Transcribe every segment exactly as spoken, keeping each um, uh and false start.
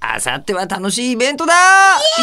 あさっては楽しいイベントだイ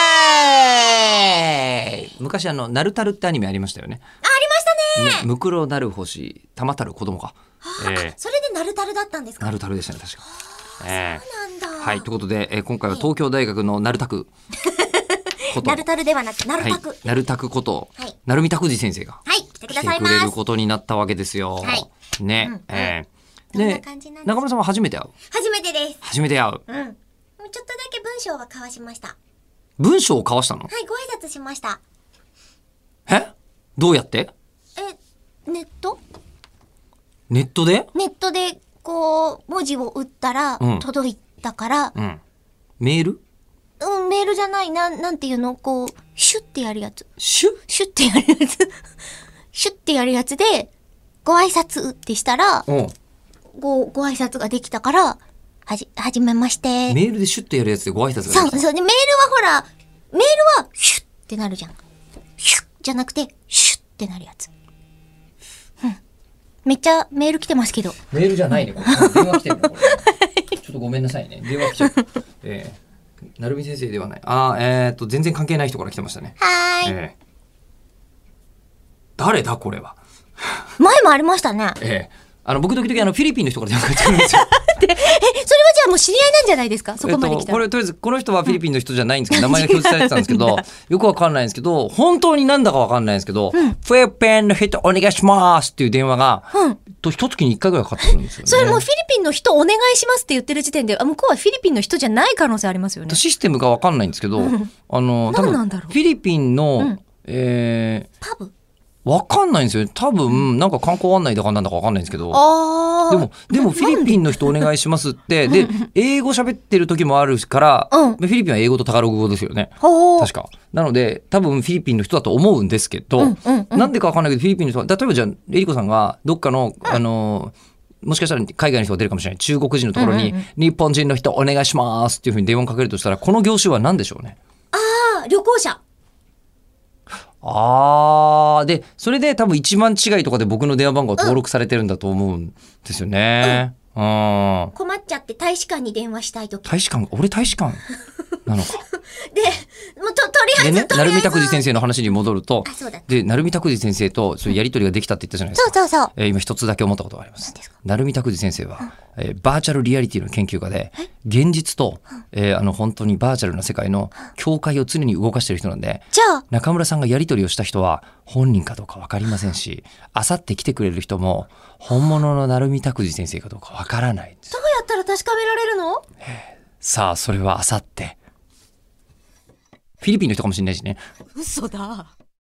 エーイ。昔あのナルタルってアニメありましたよね。 あ、ありましたね。 ムクロなる星玉たる子供か、 はあ、えー、それでナルタルだったんですか。 ナルタルでしたね確か。 えー、そうなんだ。 はいということで、えー、今回は東京大学のナルタクナルタルではなくナルタク、はい、 ナルタクこと、 はい、 成海拓司先生がはい来てくださいます。 来てくれることになったわけですよ。はい、ね、うん、えー、で中村さんは初めて会う。 初めてです。 初めて会う。 うん。ちょっとだけ文章は交わしました。 文章を交わしたの？ はい、ご挨拶しました。 え？どうやって？ え、ネット？ ネットで？ ネットでこう文字を打ったら届いたから、 うんうん、メール？ うん、メールじゃない、なん、なんていうの、こうシュッてやるやつ。 シュッ？ シュッてやるやつ。シュッてやるやつでご挨拶ってしたら、ごご挨拶ができたから。はじ、はじめまして。 メールでシュッとやるやつでご挨拶ができた。 そう、そう。で、メールはほら、メールはシュッってなるじゃん。シュッじゃなくて、シュッってなるやつ。うん。めっちゃメール来てますけど。 メールじゃないね。これ電話来てるのこれ。ちょっとごめんなさいね。電話来ちゃう。えー、なるみ先生ではない。あー、えーっと、全然関係ない人から来てましたね。 はーい。 えー、誰だこれは。 前もありましたね。 えー。あの僕時々あのフィリピンの人から電話かかってくるんですよ。 え、それはじゃあもう知り合いなんじゃないですか。そこまで来たら、 えっと、これとりあえずこの人はフィリピンの人じゃないんですけど、うん、名前が表示されてたんですけどよくわかんないんですけど、本当になんだかわかんないんですけど、うん、フィリピンの人お願いしますっていう電話が、うん、と一月に一回ぐらいかかってくるんですよね。 それもうフィリピンの人お願いしますって言ってる時点で、あ、向こうはフィリピンの人じゃない可能性ありますよね。 システムがわかんないんですけど、うん、あの多分フィリピンの、うん、えー、 パブわかんないんですよ。多分なんか観光案内だかなんだかわかんないんですけど、 あでもでもフィリピンの人お願いしますってで英語喋ってる時もあるから、うん、フィリピンは英語とタガログ語ですよね。確か。なので多分フィリピンの人だと思うんですけど、うんうんうん、なんでかわかんないけどフィリピンの人は、例えばじゃあエリコさんがどっかの、うん、あのもしかしたら海外の人が出るかもしれない中国人のところに、うんうんうん、日本人の人お願いしますっていうふうに電話をかけるとしたら、この業種は何でしょうね。 ああ、旅行者。 あー、でそれで多分一番違いとかで僕の電話番号が登録されてるんだと思うんですよね。うん、うん、 困っちゃって大使館に電話したいとき。 大使館、俺大使館なのか。 で、もう と, とりあえずでね、成海拓司先生の話に戻ると、 あ、そうだ、 で成海拓司先生とそういうやり取りができたって言ったじゃないですか。 そうそうそう。 えー、今一つだけ思ったことがあります。成海拓司先生は、うん、えー、バーチャルリアリティの研究家で、現実と、えー、あの本当にバーチャルな世界の境界を常に動かしている人なんで、 じゃあ中村さんがやり取りをした人は本人かどうか分かりませんし、あさって来てくれる人も本物の成海拓司先生かどうか分からないんです。 どうやったら確かめられるの？ えー、さあそれはあさってフィリピンの人かもしれないしね。 嘘だ。